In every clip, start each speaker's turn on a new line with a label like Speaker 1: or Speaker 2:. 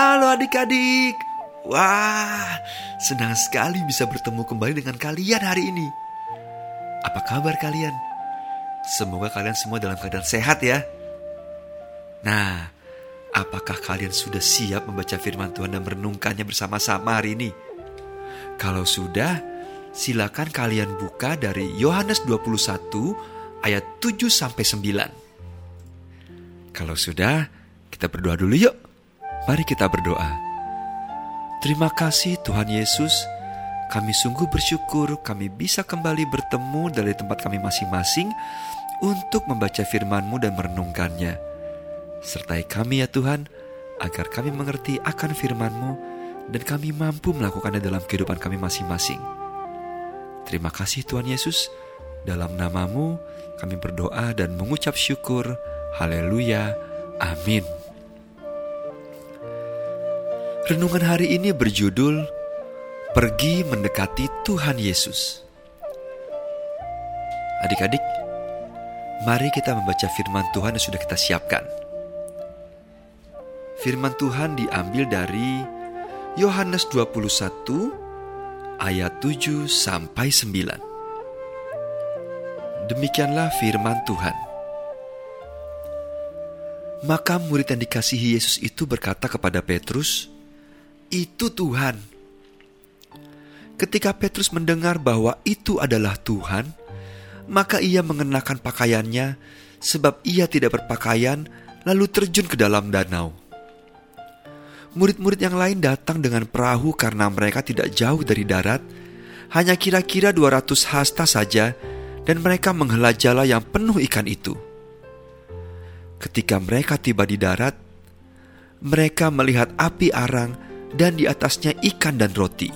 Speaker 1: Halo adik-adik. Wah, senang sekali bisa bertemu kembali dengan kalian hari ini. Apa kabar kalian? Semoga kalian semua dalam keadaan sehat ya. Nah, apakah kalian sudah siap membaca firman Tuhan dan merenungkannya bersama-sama hari ini? Kalau sudah, silakan kalian buka dari Yohanes 21 ayat 7-9. Kalau sudah, kita berdoa dulu yuk. Mari kita berdoa. Terima kasih Tuhan Yesus, kami sungguh bersyukur kami bisa kembali bertemu dari tempat kami masing-masing untuk membaca firman-Mu dan merenungkannya. Sertai kami ya Tuhan, agar kami mengerti akan firman-Mu dan kami mampu melakukannya dalam kehidupan kami masing-masing. Terima kasih Tuhan Yesus, dalam nama-Mu kami berdoa dan mengucap syukur. Haleluya, amin. Renungan hari ini berjudul Pergi Mendekati Tuhan Yesus. Adik-adik, mari kita membaca firman Tuhan yang sudah kita siapkan. Firman Tuhan diambil dari Yohanes 21 ayat 7-9. Demikianlah firman Tuhan. Maka murid yang dikasihi Yesus itu berkata kepada Petrus, "Itu Tuhan." Ketika Petrus mendengar bahwa itu adalah Tuhan, maka ia mengenakan pakaiannya, sebab ia tidak berpakaian, lalu terjun ke dalam danau. Murid-murid yang lain datang dengan perahu karena mereka tidak jauh dari darat, hanya kira-kira 200 hasta saja, dan mereka menghela jala yang penuh ikan itu. Ketika mereka tiba di darat, mereka melihat api arang dan di atasnya ikan dan roti.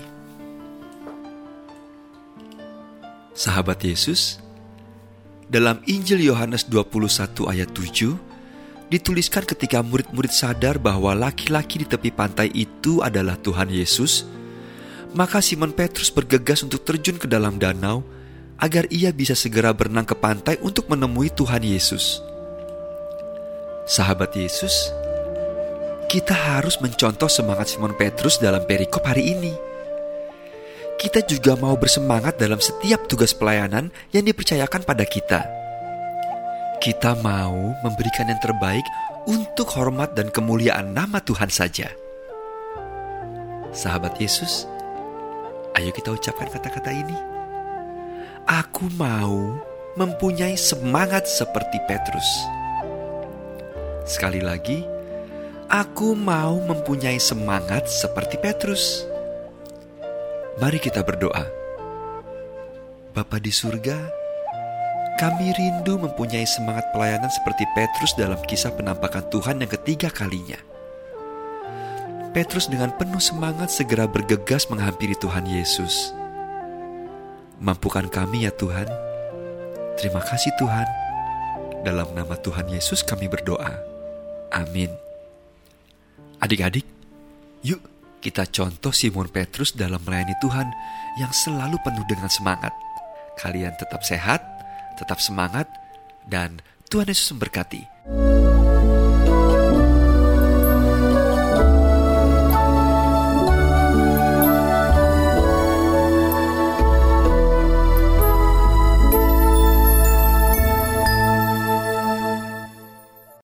Speaker 1: Sahabat Yesus, dalam Injil Yohanes 21 ayat 7, dituliskan ketika murid-murid sadar bahwa laki-laki di tepi pantai itu adalah Tuhan Yesus, maka Simon Petrus bergegas untuk terjun ke dalam danau agar ia bisa segera berenang ke pantai untuk menemui Tuhan Yesus. Sahabat Yesus, kita harus mencontoh semangat Simon Petrus dalam perikop hari ini. Kita juga mau bersemangat dalam setiap tugas pelayanan yang dipercayakan pada kita. Kita mau memberikan yang terbaik untuk hormat dan kemuliaan nama Tuhan saja. Sahabat Yesus, ayo kita ucapkan kata-kata ini. Aku mau mempunyai semangat seperti Petrus. Sekali lagi, aku mau mempunyai semangat seperti Petrus. Mari kita berdoa. Bapa di surga, kami rindu mempunyai semangat pelayanan seperti Petrus dalam kisah penampakan Tuhan yang ketiga kalinya. Petrus dengan penuh semangat segera bergegas menghampiri Tuhan Yesus. Mampukan kami ya Tuhan. Terima kasih Tuhan. Dalam nama Tuhan Yesus kami berdoa. Amin. Adik-adik, yuk kita contoh Simon Petrus dalam melayani Tuhan yang selalu penuh dengan semangat. Kalian tetap sehat, tetap semangat, dan Tuhan Yesus memberkati.